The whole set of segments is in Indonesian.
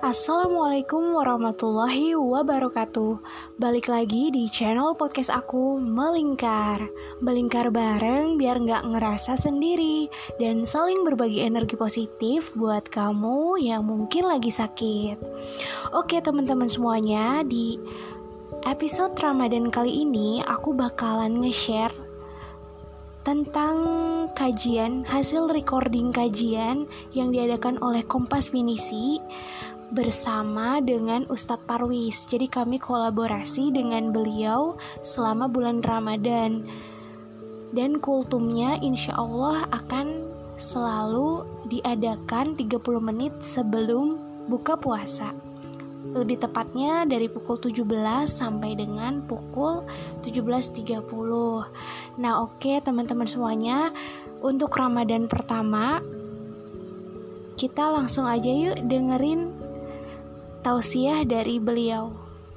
Assalamualaikum warahmatullahi wabarakatuh. Balik lagi di channel podcast aku, Melingkar. Melingkar bareng biar gak ngerasa sendiri dan saling berbagi energi positif buat kamu yang mungkin lagi sakit. Oke teman-teman semuanya, di episode Ramadan kali ini aku bakalan nge-share tentang kajian, hasil recording kajian yang diadakan oleh Kompas Pinisi bersama dengan Ustadz Parwis. Jadi kami kolaborasi dengan beliau selama bulan Ramadan. Dan kultumnya insya Allah akan selalu diadakan 30 menit sebelum buka puasa. Lebih tepatnya dari pukul 17 sampai dengan pukul 17.30. Nah oke teman-teman semuanya, untuk Ramadan pertama kita langsung aja yuk dengerin tausiah dari beliau.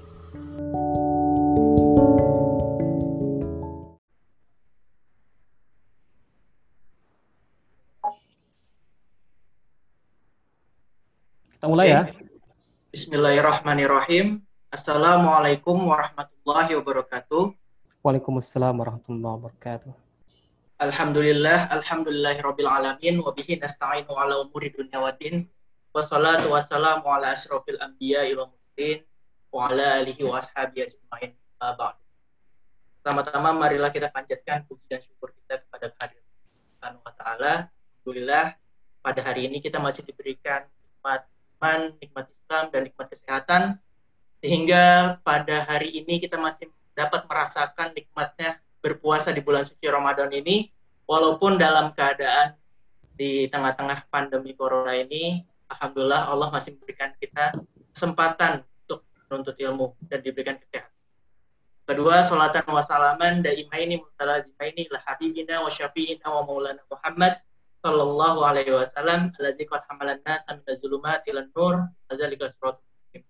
Kita mulai ya. Bismillahirrahmanirrahim. Assalamualaikum warahmatullahi wabarakatuh. Waalaikumsalam warahmatullahi wabarakatuh. Alhamdulillahirabbil alamin wa bihi nasta'inu ala umuri dunya waddin. Wassalatu wassalamu ala asyrofil anbiya'i wal mursalin wa ala alihi wa ashabihi ajma'in. Pertama-tama marilah kita panjatkan puji dan syukur kita kepada kehadirat Allah Subhanahu wa taala. Alhamdulillah pada hari ini kita masih diberikan nikmat iman, nikmat Islam dan nikmat kesehatan, sehingga pada hari ini kita masih dapat merasakan nikmatnya berpuasa di bulan suci Ramadan ini, walaupun dalam keadaan di tengah-tengah pandemi corona ini. Alhamdulillah Allah masih memberikan kita kesempatan untuk menuntut ilmu dan diberikan kesehatan. Kedua, salatan wa salaman daimaini mutalazimaini ila habibina wa syafi'ina wa maulana Muhammad sallallahu alaihi wasallam allazi qad hamalan nas min az-zulumati ilan nur azalika siratal mustaqim.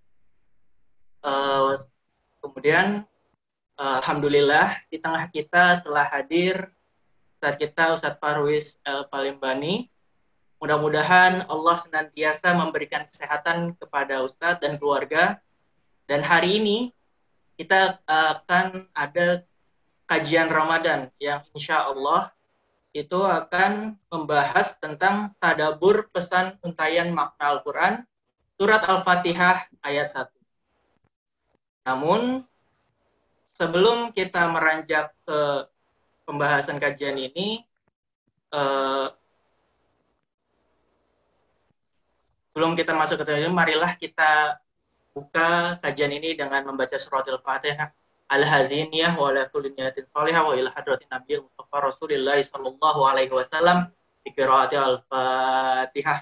Kemudian alhamdulillah di tengah kita telah hadir Ustaz kita Ustadz Parwis Palembani. Mudah-mudahan Allah senantiasa memberikan kesehatan kepada Ustadz dan keluarga. Dan hari ini kita akan ada kajian Ramadan yang insya Allah itu akan membahas tentang tadabbur pesan untayan makna Al-Quran, surat Al-Fatihah ayat 1. Namun, sebelum kita meranjak ke pembahasan kajian ini, sebelum kita masuk ke kajian, marilah kita buka kajian ini dengan membaca surat Al-Fatihah. Al-Haziniyah wa ala kulli niyatin salihah wa ila hadratin Nabiyil Mustafa Rasulillah sallallahu alaihi wasallam bi qiraati Al-Fatihah.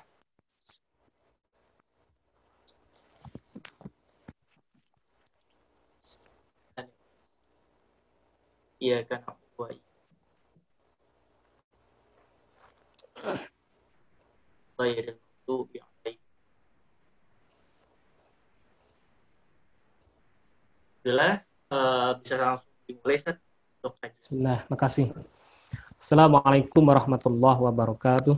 Iya kan Abu. Bayril maghdubi alaihim. Bisa langsung dimulai Ustaz. Bismillah, makasih. Assalamualaikum warahmatullahi wabarakatuh.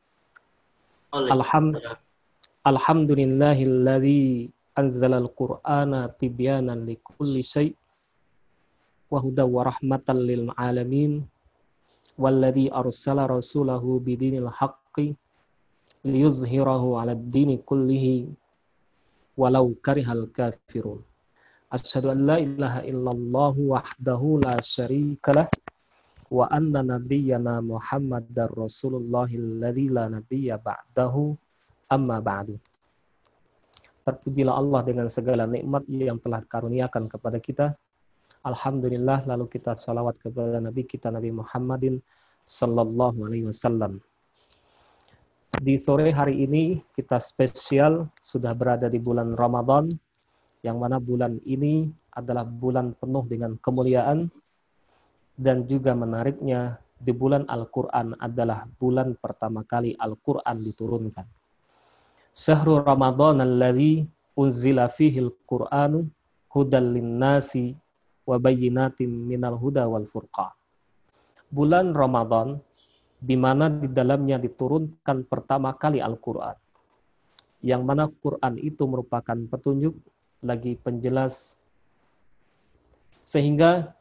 Alhamdulillahilladzi anzala al-Qur'ana tibyanan likulli syai' wa hudan wa rahmatan lil alamin walladzi arsala rasulahu bidinil haqqi liyuzhirahu 'alad dini kullihi walau karihal kafirun. Asyhadu an la ilaha illallah wahdahu la syarikalah wa anna nabiyyana Muhammadar Rasulullahil ladzi la nabiyya ba'dahu amma ba'du. Terpujilah Allah dengan segala nikmat yang telah karuniakan kepada kita. Alhamdulillah, lalu kita salawat kepada Nabi kita Nabi Muhammadin sallallahu alaihi wasallam. Di sore hari ini kita spesial sudah berada di bulan Ramadan, yang mana bulan ini adalah bulan penuh dengan kemuliaan, dan juga menariknya di bulan Al-Quran adalah bulan pertama kali Al-Quran diturunkan. Syahrul Ramadan alladzi unzila fihil Qur'anu hudal linnasi wa bayyinatin minal huda wal furqan. Bulan Ramadan di mana di dalamnya diturunkan pertama kali Al-Quran. yang mana Quran itu merupakan petunjuk lagi penjelas, sehingga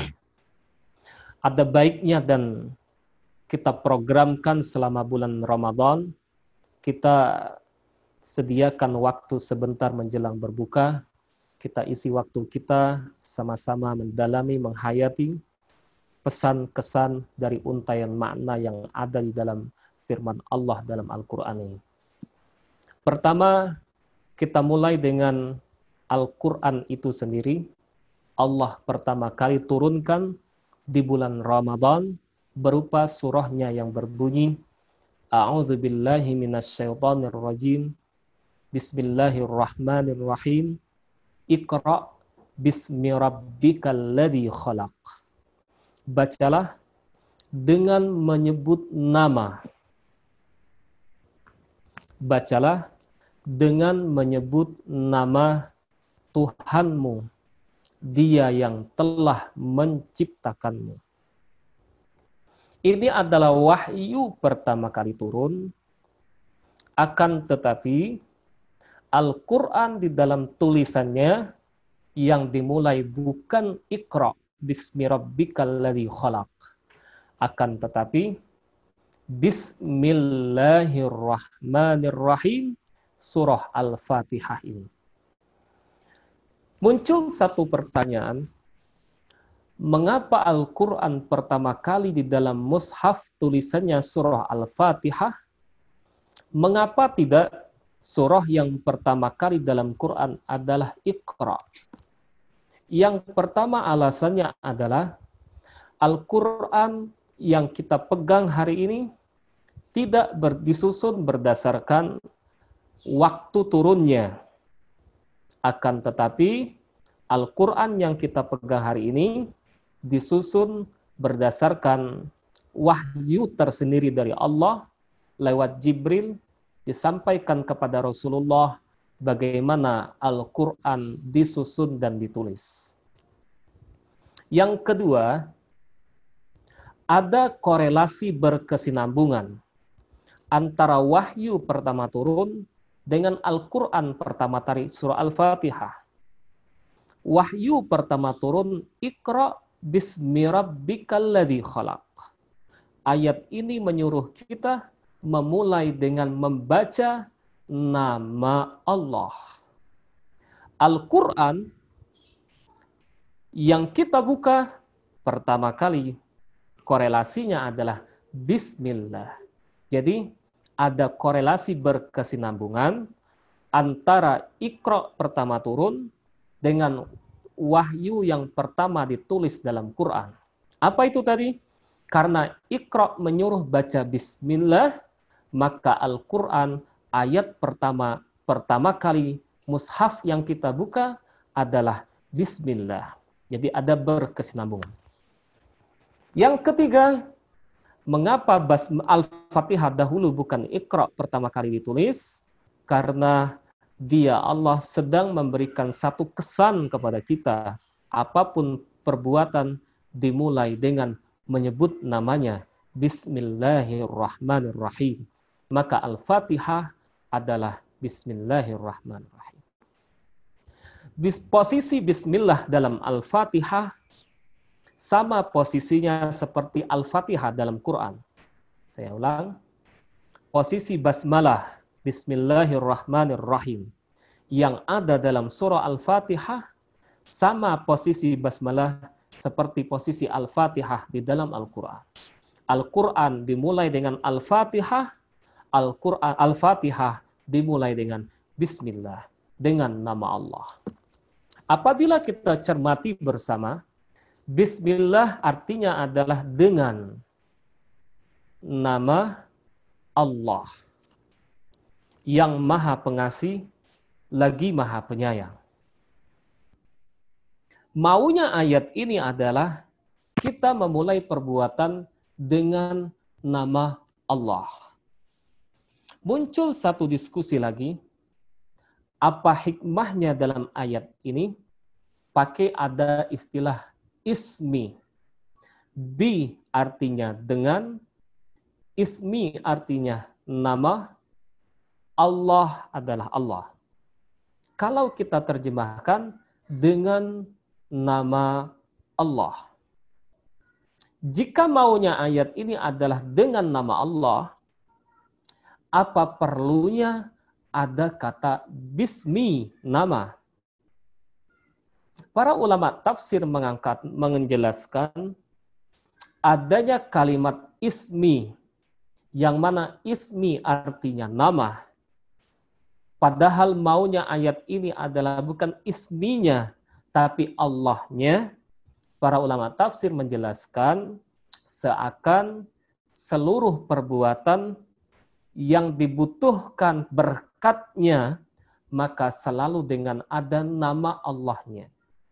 ada baiknya dan kita programkan selama bulan Ramadan, kita sediakan waktu sebentar menjelang berbuka, kita isi waktu kita sama-sama mendalami, menghayati pesan-kesan dari untaian makna yang ada di dalam firman Allah dalam Al-Quran ini. Pertama, kita mulai dengan Al-Quran itu sendiri. Allah pertama kali turunkan di bulan Ramadan berupa surahnya yang berbunyi A'udzubillahi minasyaitonirrajim. Bismillahirrahmanirrahim. Iqra' bismi rabbikal ladzi khalaq. Bacalah dengan menyebut nama. Bacalah dengan menyebut nama Tuhanmu, Dia yang telah menciptakanmu. Ini adalah wahyu pertama kali turun. Akan tetapi Al-Quran di dalam tulisannya yang dimulai bukan Iqra' bismi rabbikal ladzi khalaq. Akan tetapi Bismillahirrahmanirrahim, surah Al-Fatihah ini. Muncul satu pertanyaan, mengapa Al-Quran pertama kali di dalam mushaf tulisannya surah Al-Fatihah? Mengapa tidak surah yang pertama kali dalam Quran adalah Iqra? Yang pertama alasannya adalah Al-Quran yang kita pegang hari ini tidak disusun berdasarkan waktu turunnya. Akan tetapi Al-Quran yang kita pegang hari ini disusun berdasarkan wahyu tersendiri dari Allah lewat Jibril, disampaikan kepada Rasulullah bagaimana Al-Quran disusun dan ditulis. Yang kedua, ada korelasi berkesinambungan antara wahyu pertama turun dengan Al-Quran pertama dari surah Al-Fatihah. Wahyu pertama turun, Iqra' bismi rabbikal ladzi khalaq. Ayat ini menyuruh kita memulai dengan membaca nama Allah. Al-Quran yang kita buka pertama kali korelasinya adalah Bismillah. Jadi ada korelasi berkesinambungan antara Iqra' pertama turun dengan wahyu yang pertama ditulis dalam Quran. Apa itu tadi? Karena Iqra' menyuruh baca Bismillah, maka Al-Quran ayat pertama kali mushaf yang kita buka adalah Bismillah. Jadi ada berkesinambungan. Yang ketiga, mengapa Al-Fatihah dahulu bukan Iqra' pertama kali ditulis? Karena Dia, Allah, sedang memberikan satu kesan kepada kita. Apapun perbuatan dimulai dengan menyebut namanya Bismillahirrahmanirrahim. Maka Al-Fatihah adalah Bismillahirrahmanirrahim. Posisi Bismillah dalam Al-Fatihah sama posisinya seperti Al-Fatihah dalam Quran. Saya ulang. Posisi basmalah, Bismillahirrahmanirrahim, yang ada dalam surah Al-Fatihah sama posisi basmalah seperti posisi Al-Fatihah di dalam Al-Quran. Al-Quran dimulai dengan Al-Fatihah, Al-Fatihah dimulai dengan Bismillah, dengan nama Allah. Apabila kita cermati bersama, Bismillah artinya adalah dengan nama Allah yang Maha Pengasih lagi Maha Penyayang. Maunya ayat ini adalah kita memulai perbuatan dengan nama Allah. Muncul satu diskusi lagi, apa hikmahnya dalam ayat ini? Pakai ada istilah ismi. Bi artinya dengan, ismi artinya nama, Allah adalah Allah. Kalau kita terjemahkan dengan nama Allah. Jika maunya ayat ini adalah dengan nama Allah, apa perlunya ada kata bismi, nama? Para ulama tafsir menjelaskan adanya kalimat ismi, yang mana ismi artinya nama. Padahal maunya ayat ini adalah bukan isminya, tapi Allahnya. Para ulama tafsir menjelaskan seakan seluruh perbuatan yang dibutuhkan berkatnya, maka selalu dengan ada nama Allahnya.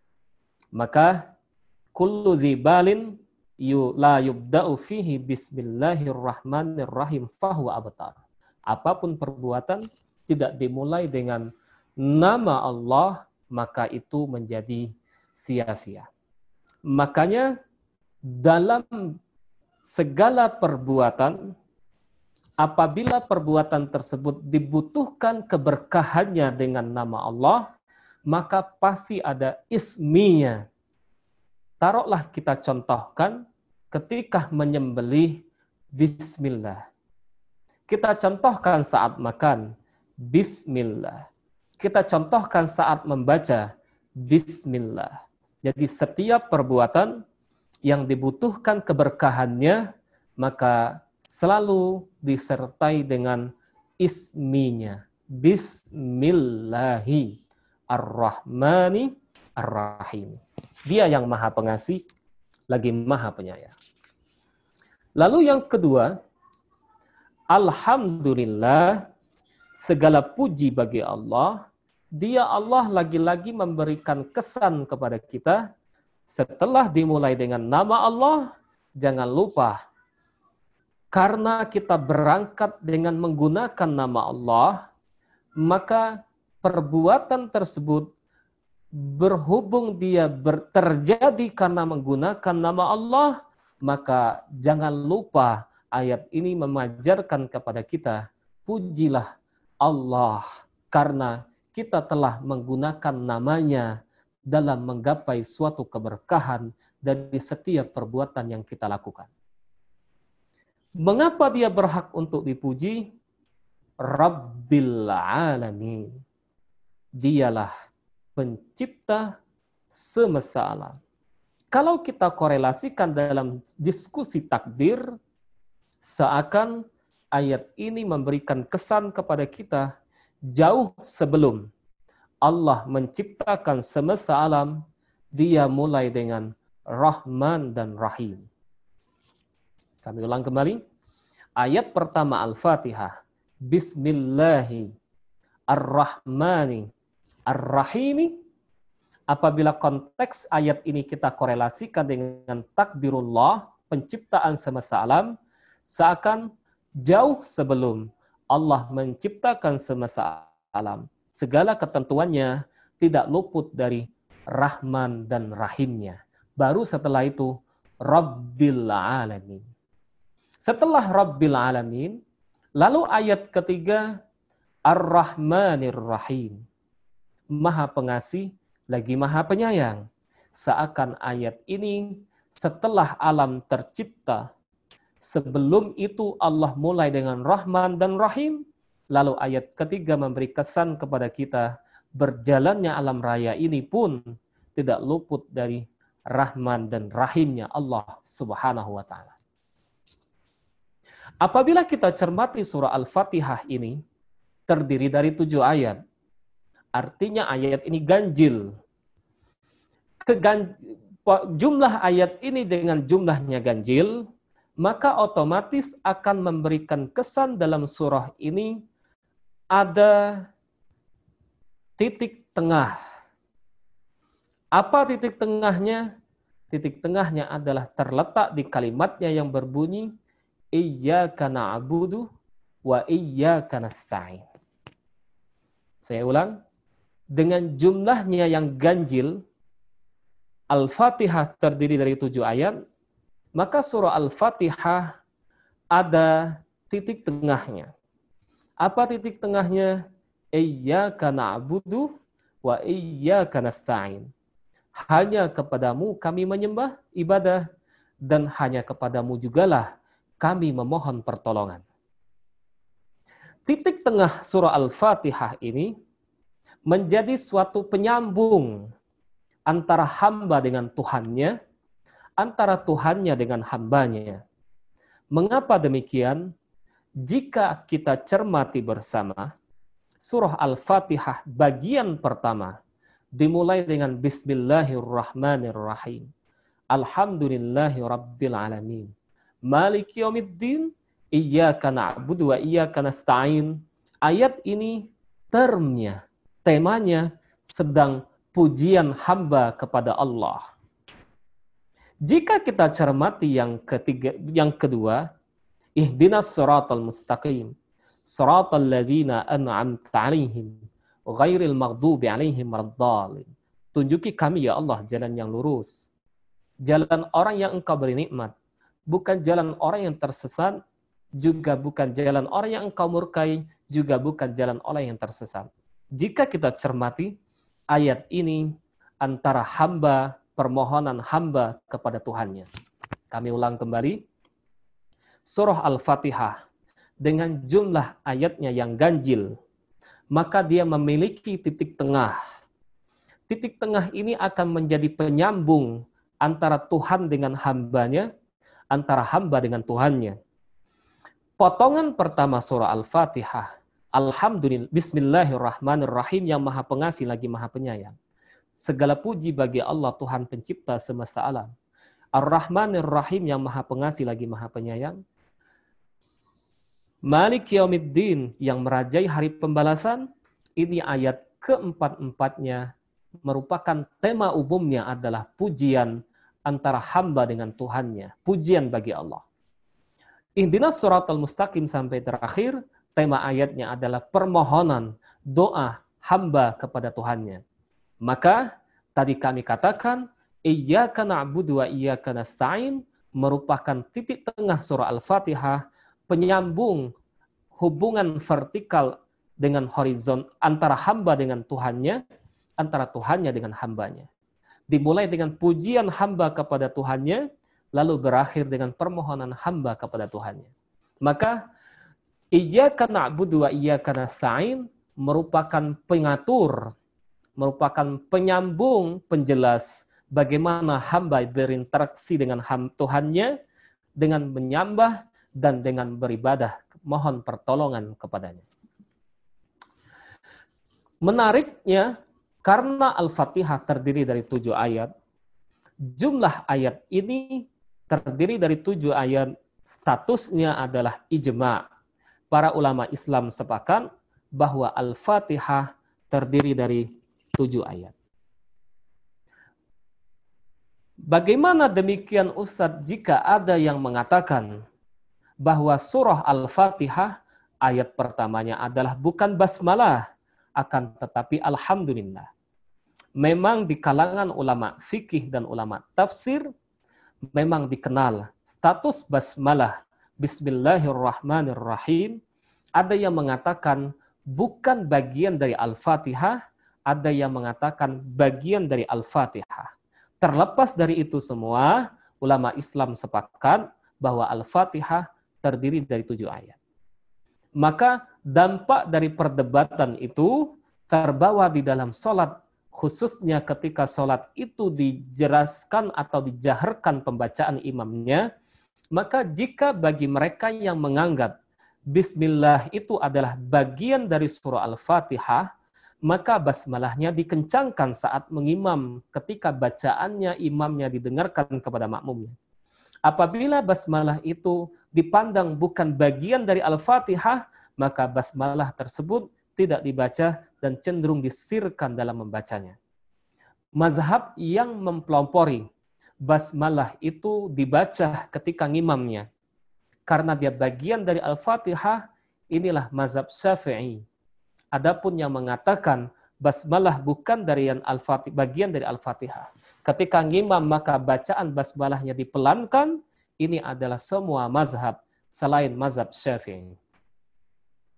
Maka kullu dzibalin la yubda'u fihi bismillahirrahmanirrahim fahuwa abtar. Apapun perbuatan tidak dimulai dengan nama Allah, maka itu menjadi sia-sia. Makanya dalam segala perbuatan, apabila perbuatan tersebut dibutuhkan keberkahannya dengan nama Allah, maka pasti ada isminya. Taruhlah kita contohkan ketika menyembelih bismillah. Kita contohkan saat makan, bismillah. Kita contohkan saat membaca, bismillah. Jadi setiap perbuatan yang dibutuhkan keberkahannya, maka selalu disertai dengan isminya. Bismillahi ar-Rahmani ar-Rahim. Dia yang maha pengasih, lagi maha penyayang. Lalu yang kedua, alhamdulillah, segala puji bagi Allah. Dia Allah lagi-lagi memberikan kesan kepada kita. Setelah dimulai dengan nama Allah, jangan lupa, karena kita berangkat dengan menggunakan nama Allah, maka perbuatan tersebut berhubung dia terjadi karena menggunakan nama Allah, maka jangan lupa ayat ini mengajarkan kepada kita, pujilah Allah karena kita telah menggunakan namanya dalam menggapai suatu keberkahan dari setiap perbuatan yang kita lakukan. Mengapa dia berhak untuk dipuji? Rabbil Alamin. Dialah pencipta semesta alam. Kalau kita korelasikan dalam diskusi takdir, seakan ayat ini memberikan kesan kepada kita jauh sebelum Allah menciptakan semesta alam, dia mulai dengan Rahman dan Rahim. Kami ulang kembali. Ayat pertama Al-Fatihah. Bismillahi ar-Rahmani ar-Rahimi. Apabila konteks ayat ini kita korelasikan dengan takdirullah, penciptaan semesta alam, seakan jauh sebelum Allah menciptakan semesta alam, segala ketentuannya tidak luput dari Rahman dan Rahimnya. Baru setelah itu, Rabbil Alamin. Setelah Rabbil Alamin, lalu ayat ketiga, Ar-Rahmanir Rahim. Maha pengasih, lagi maha penyayang. Seakan ayat ini setelah alam tercipta, sebelum itu Allah mulai dengan Rahman dan Rahim, lalu ayat ketiga memberi kesan kepada kita, berjalannya alam raya ini pun tidak luput dari Rahman dan Rahimnya Allah Subhanahu wa Ta'ala. Apabila kita cermati surah Al-Fatihah ini, terdiri dari 7 ayat. Artinya ayat ini ganjil. Jumlah ayat ini dengan jumlahnya ganjil, maka otomatis akan memberikan kesan dalam surah ini ada titik tengah. Apa titik tengahnya? Titik tengahnya adalah terletak di kalimatnya yang berbunyi Iyyaka na'budu wa iyyaka nasta'in. Saya ulang. Dengan jumlahnya yang ganjil, Al-Fatihah terdiri dari 7 ayat, maka surah Al-Fatihah ada titik tengahnya. Apa titik tengahnya? Iyyaka na'budu wa iyyaka nasta'in. Hanya kepadamu kami menyembah ibadah, dan hanya kepadamu jugalah kami memohon pertolongan. Titik tengah surah Al-Fatihah ini menjadi suatu penyambung antara hamba dengan Tuhannya, antara Tuhannya dengan hambanya. Mengapa demikian? Jika kita cermati bersama, surah Al-Fatihah bagian pertama dimulai dengan Bismillahirrahmanirrahim. Alhamdulillahi Rabbil Alamin. Maliki yaumiddin. Iyyaka na'budu wa iyyaka nasta'in. Ayat ini temanya sedang pujian hamba kepada Allah. Jika kita cermati yang kedua, ihdinas siratal mustaqim, siratal ladzina an'amta 'alaihim, ghairil maghdubi 'alaihim waladdallin. Tunjuki kami ya Allah jalan yang lurus, jalan orang yang Engkau beri nikmat, bukan jalan orang yang tersesat, juga bukan jalan orang yang Engkau murkai, juga bukan jalan orang yang tersesat. Jika kita cermati ayat ini antara permohonan hamba kepada Tuhannya. Kami ulang kembali. Surah Al-Fatihah dengan jumlah ayatnya yang ganjil, maka dia memiliki titik tengah. Titik tengah ini akan menjadi penyambung antara Tuhan dengan hambanya, antara hamba dengan Tuhannya. Potongan pertama surah Al-Fatihah, Alhamdulillah, Bismillahirrahmanirrahim, yang maha pengasih lagi maha penyayang. Segala puji bagi Allah Tuhan pencipta semesta alam. Ar-Rahmanir-Rahim, yang maha pengasih lagi maha penyayang. Malik Yaumiddin, yang merajai hari pembalasan. Ini ayat keempat-empatnya merupakan tema umumnya adalah pujian antara hamba dengan Tuhannya. Pujian bagi Allah. Ihdinas siratal mustaqim sampai terakhir, tema ayatnya adalah permohonan, doa hamba kepada Tuhannya. Maka tadi kami katakan, Iyyaka na'budu wa iyyaka nasta'in merupakan titik tengah surah Al-Fatihah, penyambung hubungan vertikal dengan horizon antara hamba dengan Tuhannya, antara Tuhannya dengan hambanya. Dimulai dengan pujian hamba kepada Tuhannya, lalu berakhir dengan permohonan hamba kepada Tuhannya. Maka Iyyaka na'budu wa iyyaka nasta'in merupakan pengatur, merupakan penyambung, penjelas bagaimana hamba berinteraksi dengan Tuhannya dengan menyembah dan dengan beribadah, mohon pertolongan kepadanya. Menariknya, karena Al-Fatihah terdiri dari 7 ayat, jumlah ayat ini terdiri dari 7 ayat, statusnya adalah ijma'. Para ulama Islam sepakat bahwa Al-Fatihah terdiri dari 7 ayat. Bagaimana demikian Ustadz jika ada yang mengatakan bahwa surah Al-Fatihah ayat pertamanya adalah bukan basmalah, akan tetapi alhamdulillah. Memang di kalangan ulama fikih dan ulama tafsir memang dikenal status basmalah, Bismillahirrahmanirrahim. Ada yang mengatakan bukan bagian dari Al-Fatihah, ada yang mengatakan bagian dari Al-Fatihah. Terlepas dari itu semua, ulama Islam sepakat bahwa Al-Fatihah terdiri dari 7 ayat. Maka dampak dari perdebatan itu terbawa di dalam sholat, khususnya ketika sholat itu dijelaskan atau dijaharkan pembacaan imamnya, maka jika bagi mereka yang menganggap Bismillah itu adalah bagian dari surah Al-Fatihah, maka basmalahnya dikencangkan saat mengimam ketika bacaannya imamnya didengarkan kepada makmumnya. Apabila basmalah itu dipandang bukan bagian dari Al-Fatihah, maka basmalah tersebut tidak dibaca dan cenderung disirkan dalam membacanya. Mazhab yang mempelopori basmalah itu dibaca ketika ngimamnya, karena dia bagian dari Al-Fatihah, inilah mazhab Syafi'i. Adapun yang mengatakan basmalah bukan dari bagian dari Al-Fatihah, ketika ngimam maka bacaan basmalahnya dipelankan, ini adalah semua mazhab selain mazhab Syafi'i.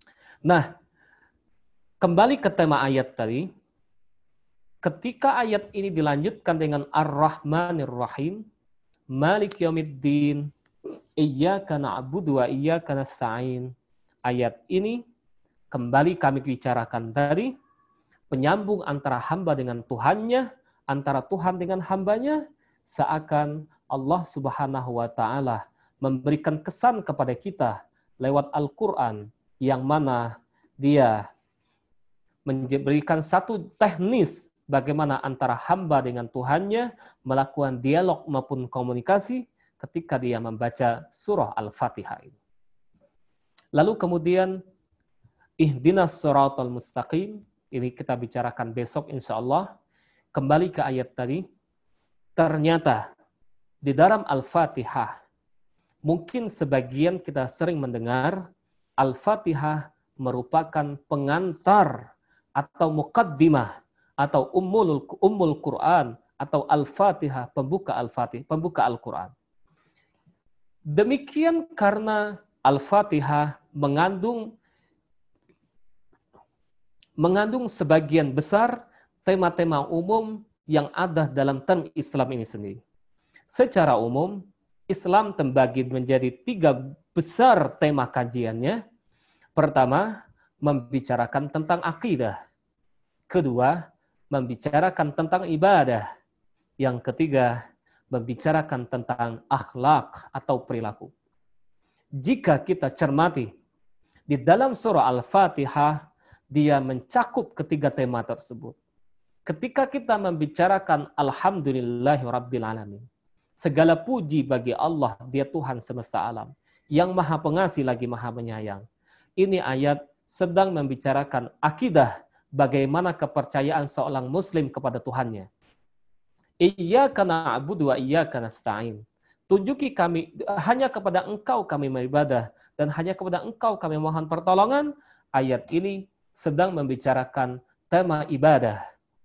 Nah, kembali ke tema ayat tadi, ketika ayat ini dilanjutkan dengan Ar-Rahmanir Rahim, Malik Yaumiddin, Iyyaka na'budu wa iyyaka nasta'in. Ayat ini kembali kami bicarakan tadi, penyambung antara hamba dengan Tuhannya, antara Tuhan dengan hambanya, seakan Allah Subhanahu wa Ta'ala memberikan kesan kepada kita lewat Al-Quran, yang mana Dia memberikan satu teknis bagaimana antara hamba dengan Tuhannya melakukan dialog maupun komunikasi ketika dia membaca surah Al-Fatihah ini. Lalu kemudian ihdinas siratal mustaqim, ini kita bicarakan besok insya Allah. Kembali ke ayat tadi, ternyata di dalam Al-Fatihah, mungkin sebagian kita sering mendengar Al-Fatihah merupakan pengantar atau muqaddimah atau ummul Quran atau Al-Fatihah, pembuka Al-Fatihah, pembuka Al-Quran. Demikian karena Al-Fatihah mengandung sebagian besar tema-tema umum yang ada dalam term Islam ini sendiri. Secara umum, Islam terbagi menjadi 3 besar tema kajiannya. Pertama, membicarakan tentang akidah. Kedua, membicarakan tentang ibadah. Yang ketiga, membicarakan tentang akhlak atau perilaku. Jika kita cermati, di dalam surah Al-Fatihah, dia mencakup ketiga tema tersebut. Ketika kita membicarakan Alhamdulillahirrabbilalamin, segala puji bagi Allah, dia Tuhan semesta alam, yang maha pengasih lagi maha penyayang. Ini ayat sedang membicarakan akidah, bagaimana kepercayaan seorang muslim kepada Tuhannya. Iyyaka na'budu wa iyyaka nasta'in. Tunjuki kami, hanya kepada Engkau kami beribadah, dan hanya kepada Engkau kami mohon pertolongan. Ayat ini sedang membicarakan tema ibadah.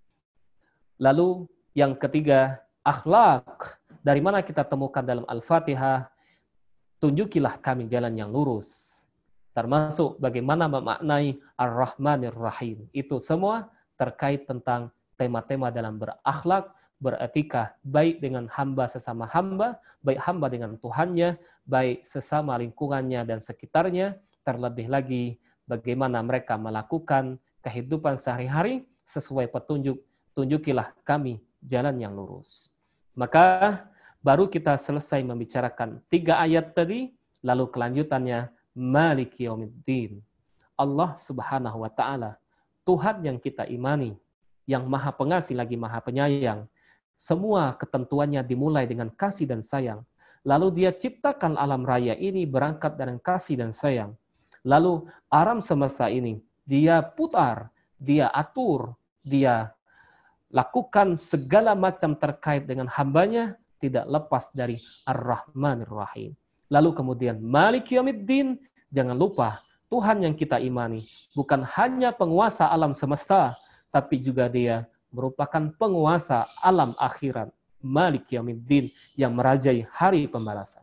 Lalu yang ketiga, akhlak. Dari mana kita temukan dalam Al-Fatihah, tunjukilah kami jalan yang lurus. Termasuk bagaimana memaknai Ar-Rahmanir Rahim. Itu semua terkait tentang tema-tema dalam berakhlak, beretika, baik dengan hamba sesama hamba, baik hamba dengan Tuhannya, baik sesama lingkungannya dan sekitarnya, terlebih lagi bagaimana mereka melakukan kehidupan sehari-hari sesuai petunjuk, tunjukilah kami jalan yang lurus. Maka baru kita selesai membicarakan 3 ayat tadi, lalu kelanjutannya Maliki Yaumiddin. Allah Subhanahu wa Ta'ala, Tuhan yang kita imani, yang maha pengasih lagi maha penyayang. Semua ketentuannya dimulai dengan kasih dan sayang. Lalu dia ciptakan alam raya ini berangkat dari kasih dan sayang. Lalu alam semesta ini dia putar, dia atur, dia lakukan segala macam terkait dengan hambanya, tidak lepas dari Ar-Rahmanir Rahim. Lalu kemudian Malik Yaumiddin, jangan lupa Tuhan yang kita imani bukan hanya penguasa alam semesta, tapi juga dia merupakan penguasa alam akhirat, Malik Yaumiddin, yang merajai hari pembalasan.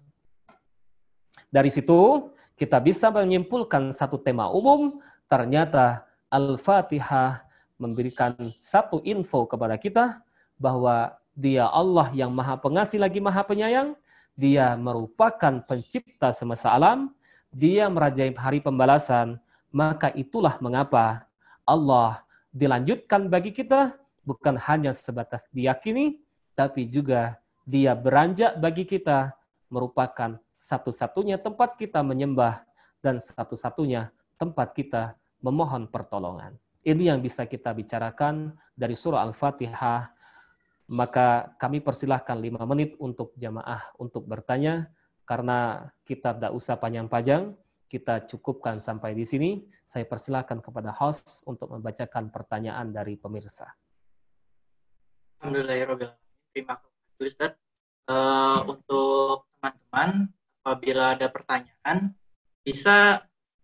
Dari situ kita bisa menyimpulkan satu tema umum, ternyata Al-Fatihah memberikan satu info kepada kita bahwa dia Allah yang maha pengasih lagi maha penyayang, dia merupakan pencipta semesta alam, dia merajai hari pembalasan. Maka itulah mengapa Allah dilanjutkan bagi kita, bukan hanya sebatas diyakini, tapi juga dia beranjak bagi kita, merupakan satu-satunya tempat kita menyembah dan satu-satunya tempat kita memohon pertolongan. Ini yang bisa kita bicarakan dari surah Al-Fatihah. Maka kami persilahkan 5 menit untuk jamaah untuk bertanya, karena kita tidak usah panjang-panjang, kita cukupkan sampai di sini. Saya persilahkan kepada host untuk membacakan pertanyaan dari pemirsa. Alhamdulillahirrahmanirrahim. Terima kasih Ustaz. Untuk teman-teman, apabila ada pertanyaan, bisa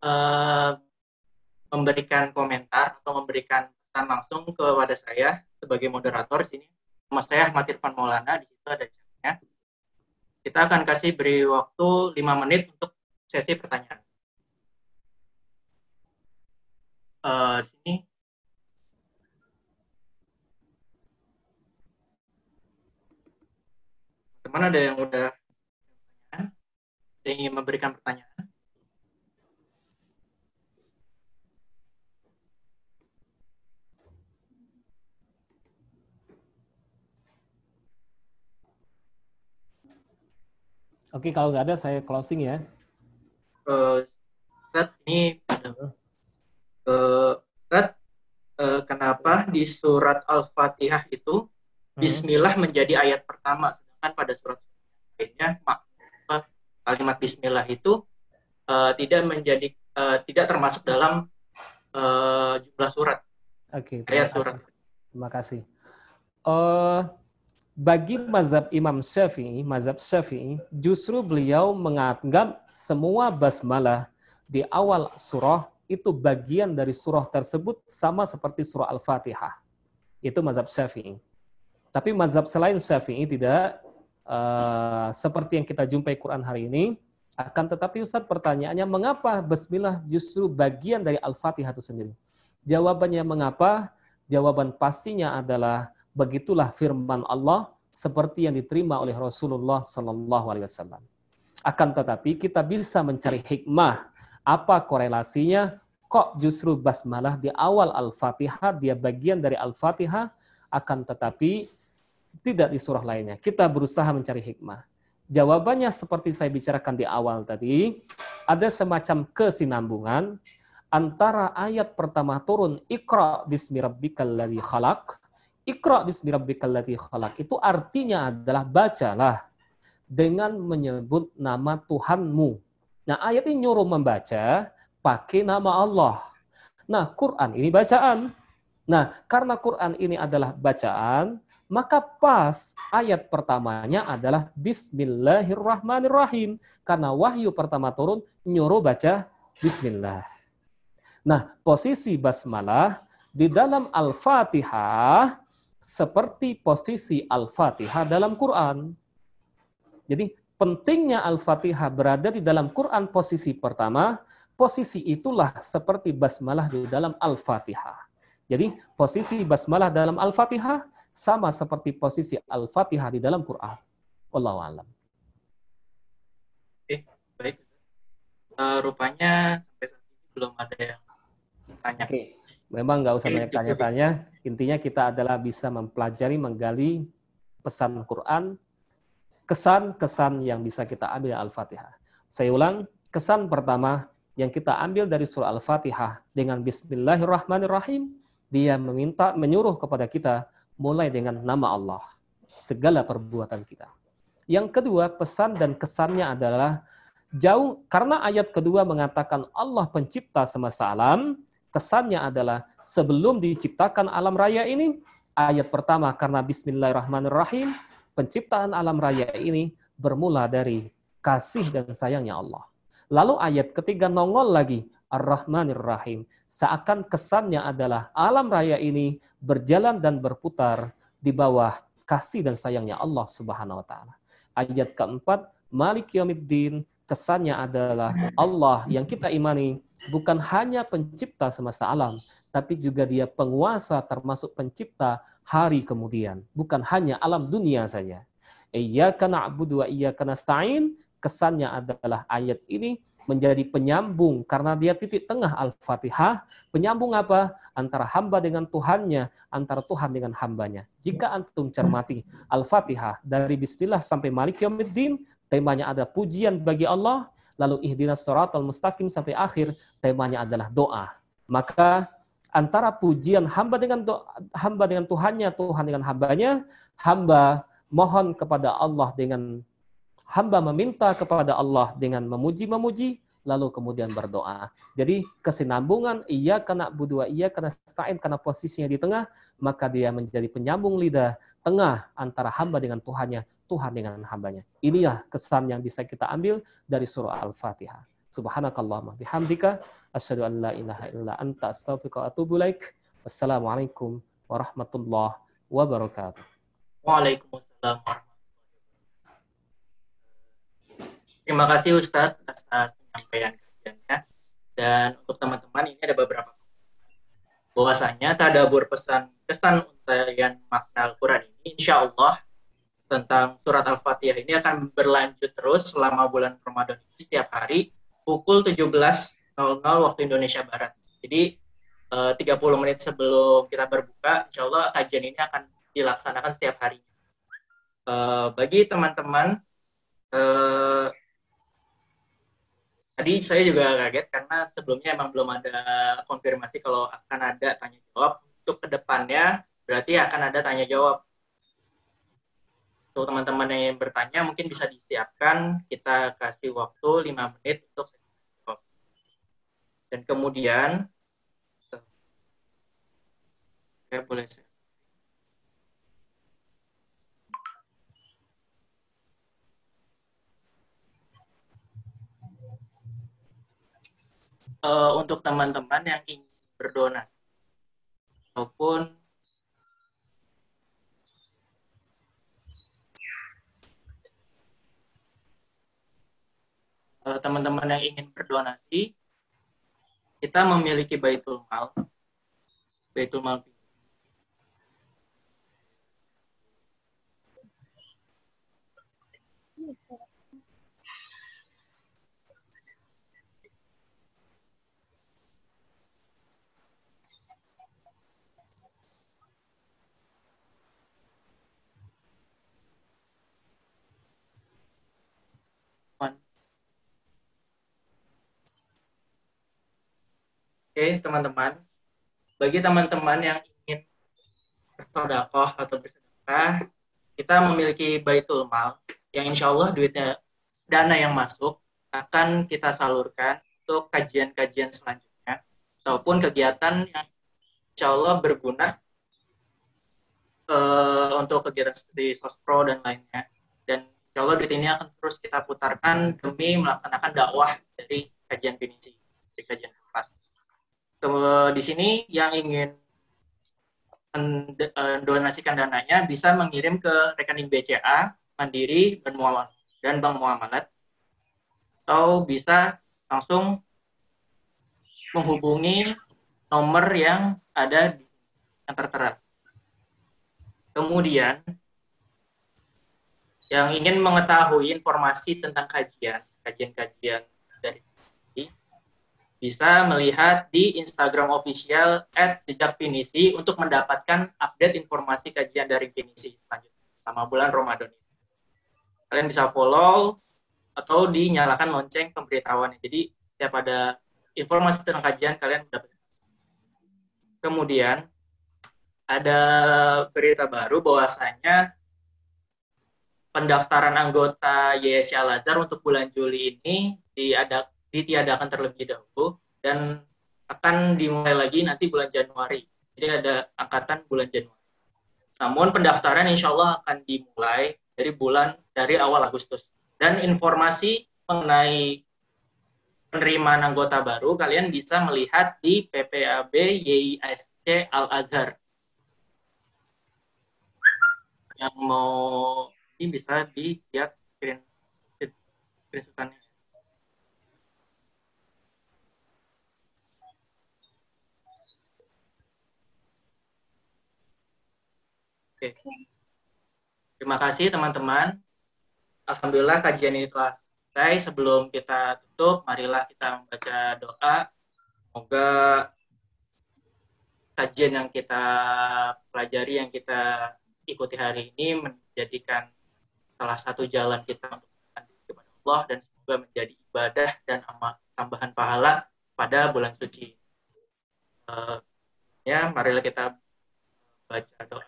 memberikan komentar atau memberikan pesan langsung kepada saya sebagai moderator di sini. Nama saya Ahmad Irfan Maulana, di situ ada chatnya. Kita akan beri waktu 5 menit untuk sesi pertanyaan. Di sini teman ada yang udah ingin memberikan pertanyaan? Oke, kalau nggak ada saya closing ya. Ustaz, ini Ustaz, kenapa di surat Al-Fatihah itu Bismillah menjadi ayat pertama, sedangkan pada surat lainnya kalimat Bismillah itu tidak termasuk dalam jumlah surat, Oke, ayat surat. Terima kasih. Bagi mazhab Imam Syafi'i, justru beliau menganggap semua basmalah di awal surah itu bagian dari surah tersebut sama seperti surah Al-Fatihah. Itu mazhab Syafi'i. Tapi mazhab selain Syafi'i tidak seperti yang kita jumpai Quran hari ini. Akan tetapi Ustadz, pertanyaannya, mengapa Bismillah justru bagian dari Al-Fatihah itu sendiri? Jawabannya mengapa? Jawaban pastinya adalah begitulah firman Allah seperti yang diterima oleh Rasulullah SAW. Akan tetapi kita bisa mencari hikmah. Apa korelasinya? Kok justru basmalah di awal Al-Fatihah, dia bagian dari Al-Fatihah, akan tetapi tidak di surah lainnya. Kita berusaha mencari hikmah. Jawabannya seperti saya bicarakan di awal tadi, ada semacam kesinambungan antara ayat pertama turun Iqra bismi rabbikal ladzi khalaq. Iqra bismi rabbikal ladzi khalaq itu artinya adalah bacalah dengan menyebut nama Tuhanmu. Nah, ayat ini nyuruh membaca pakai nama Allah. Nah, Quran ini bacaan. Nah, karena Quran ini adalah bacaan, maka pas ayat pertamanya adalah Bismillahirrahmanirrahim. Karena wahyu pertama turun, nyuruh baca Bismillah. Nah, posisi basmalah di dalam Al-Fatihah seperti posisi Al-Fatihah dalam Quran. Jadi, pentingnya Al-Fatihah berada di dalam Quran posisi pertama, posisi itulah seperti basmalah di dalam Al-Fatihah. Jadi, posisi basmalah dalam Al-Fatihah sama seperti posisi Al-Fatihah di dalam Quran. Wallahu a'lam. Oke, baik. Rupanya sampai saat ini belum ada yang tanya. Oke, memang nggak usah banyak tanya-tanya. Intinya kita adalah bisa mempelajari, menggali pesan Quran, kesan-kesan yang bisa kita ambil Al-Fatihah. Saya ulang, kesan pertama yang kita ambil dari surah Al-Fatihah dengan Bismillahirrahmanirrahim, dia menyuruh kepada kita mulai dengan nama Allah, segala perbuatan kita. Yang kedua, pesan dan kesannya adalah jauh, karena ayat kedua mengatakan Allah pencipta semesta alam, kesannya adalah sebelum diciptakan alam raya ini, ayat pertama karena Bismillahirrahmanirrahim, penciptaan alam raya ini bermula dari kasih dan sayangnya Allah. Lalu ayat ketiga nongol lagi, Ar-Rahmanir-Rahim. Seakan kesannya adalah alam raya ini berjalan dan berputar di bawah kasih dan sayangnya Allah Subhanahu wa taala. Ayat keempat, Malik Yaumiddin, kesannya adalah Allah yang kita imani bukan hanya pencipta semesta alam, tapi juga dia penguasa termasuk pencipta hari kemudian. Bukan hanya alam dunia saja. Iyyaka na'budu wa iyyaka nasta'in, kesannya adalah ayat ini menjadi penyambung karena dia titik tengah Al-Fatihah. Penyambung apa? Antara hamba dengan Tuhannya, antara Tuhan dengan hambanya. Jika antum cermati Al-Fatihah dari Bismillah sampai Malik Yaumiddin, temanya ada pujian bagi Allah, lalu ihdinas shiratal mustaqim sampai akhir, temanya adalah doa. Maka antara pujian hamba dengan Tuhannya, Tuhan dengan hambanya, hamba mohon kepada Allah dengan hamba meminta kepada Allah dengan memuji-memuji, lalu kemudian berdoa. Jadi kesinambungan iyyaka na'budu wa iyyaka nasta'in karena posisinya di tengah, maka dia menjadi penyambung lidah tengah antara hamba dengan Tuhannya, Tuhan dengan hambanya. Inilah kesan yang bisa kita ambil dari surah Al-Fatihah. Subhanakallahumma bihamdika asyhadu an la ilaha illa anta astaghfiruka wa atubu ilaik. Wassalamualaikum warahmatullahi wabarakatuh. Waalaikumsalam. Terima kasih Ustadz atas penyampaian kajiannya. Dan untuk teman-teman ini ada beberapa bahwasanya tadabbur pesan kesan untayan makna Al-Quran ini insya Allah tentang surat Al-Fatihah ini akan berlanjut terus selama bulan Ramadan ini setiap hari pukul 17.00 waktu Indonesia Barat. Jadi 30 menit sebelum kita berbuka, insya Allah kajian ini akan dilaksanakan setiap hari. Bagi teman-teman, tadi saya juga kaget karena sebelumnya emang belum ada konfirmasi kalau akan ada tanya jawab. Untuk kedepannya berarti akan ada tanya jawab. Untuk teman-teman yang bertanya mungkin bisa disiapkan, kita kasih waktu 5 menit untuk jawab. Dan kemudian saya boleh untuk teman-teman yang ingin berdonasi ataupun teman-teman yang ingin berdonasi, kita memiliki Baitul Mal. Oke, teman-teman. Bagi teman-teman yang ingin bersedekah atau bersedekah, kita memiliki Baitul Mal yang insya Allah dana yang masuk akan kita salurkan untuk kajian-kajian selanjutnya ataupun kegiatan yang insya Allah berguna untuk kegiatan seperti sospro dan lainnya. Dan insya Allah duit ini akan terus kita putarkan demi melaksanakan dakwah dari kajian pinisi, dari kajian kelas. Di sini yang ingin mendonasikan dananya bisa mengirim ke rekening BCA, Mandiri, dan Bank Muamalat, atau bisa langsung menghubungi nomor yang ada yang tertera. Kemudian, yang ingin mengetahui informasi tentang kajian-kajian dari ini, bisa melihat di Instagram official @jejakpinisi untuk mendapatkan update informasi kajian dari Pinisi selanjutnya selama bulan Ramadan ini. Kalian bisa follow atau dinyalakan lonceng pemberitahuannya. Jadi setiap ada informasi tentang kajian kalian mendapatkan. Kemudian ada berita baru bahwasanya pendaftaran anggota YSC Al-Azhar untuk bulan Juli ini ditiadakan terlebih dahulu dan akan dimulai lagi nanti bulan Januari. Jadi ada angkatan bulan Januari. Namun pendaftaran insya Allah akan dimulai dari awal Agustus. Dan informasi mengenai penerimaan anggota baru kalian bisa melihat di PPAB YISC Al-Azhar. Yang mau ini bisa dilihat screenshotannya. Oke. Terima kasih teman-teman. Alhamdulillah kajian ini telah selesai. Sebelum kita tutup, marilah kita membaca doa. Semoga kajian yang kita pelajari, yang kita ikuti hari ini menjadikan salah satu jalan kita untuk mendekati kepada Allah dan semoga menjadi ibadah dan amal tambahan pahala pada bulan suci. Marilah kita baca doa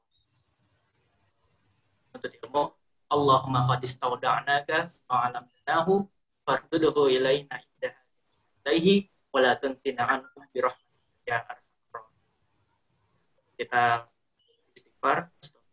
untuk ilmu. Allahumma qad istawda'naka wa 'alamnahu fardudhu ilaina inda ilaihi wa la tunsina anhu bi rahmatika ya arhamar rahimin. Kita istighfar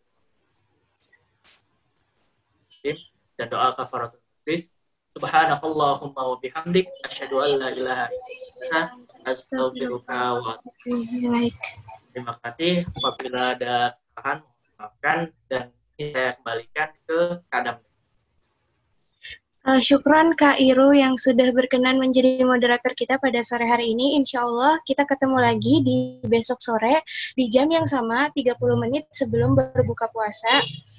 dan doa kafaratul majlis. Subhanakallahumma wa bihamdik asyhadu an la ilaha illa anta astaghfiruka wa atubu ilaik. Terima kasih. Apabila ada kesalahan mohon maafkan dan ini saya kembalikan ke Kadam. Syukron Kak Iru yang sudah berkenan menjadi moderator kita pada sore hari ini. Insya Allah kita ketemu lagi di besok sore di jam yang sama 30 menit sebelum berbuka puasa.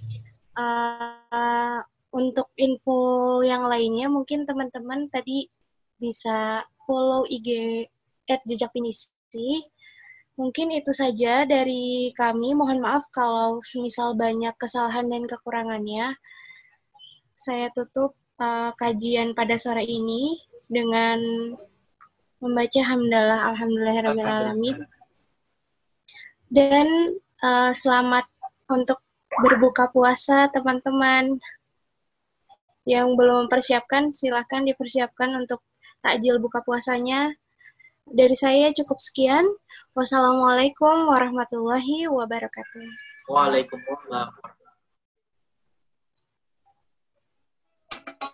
Untuk info yang lainnya mungkin teman-teman tadi bisa follow IG @jejakpinisi. Mungkin itu saja dari kami. Mohon maaf kalau semisal banyak kesalahan dan kekurangannya. Saya tutup kajian pada sore ini dengan membaca hamdalah alhamdulillahirabbil alamin. Dan selamat untuk berbuka puasa teman-teman. Yang belum mempersiapkan silahkan dipersiapkan untuk takjil buka puasanya. Dari saya cukup sekian. Wassalamualaikum warahmatullahi wabarakatuh. Waalaikumsalam.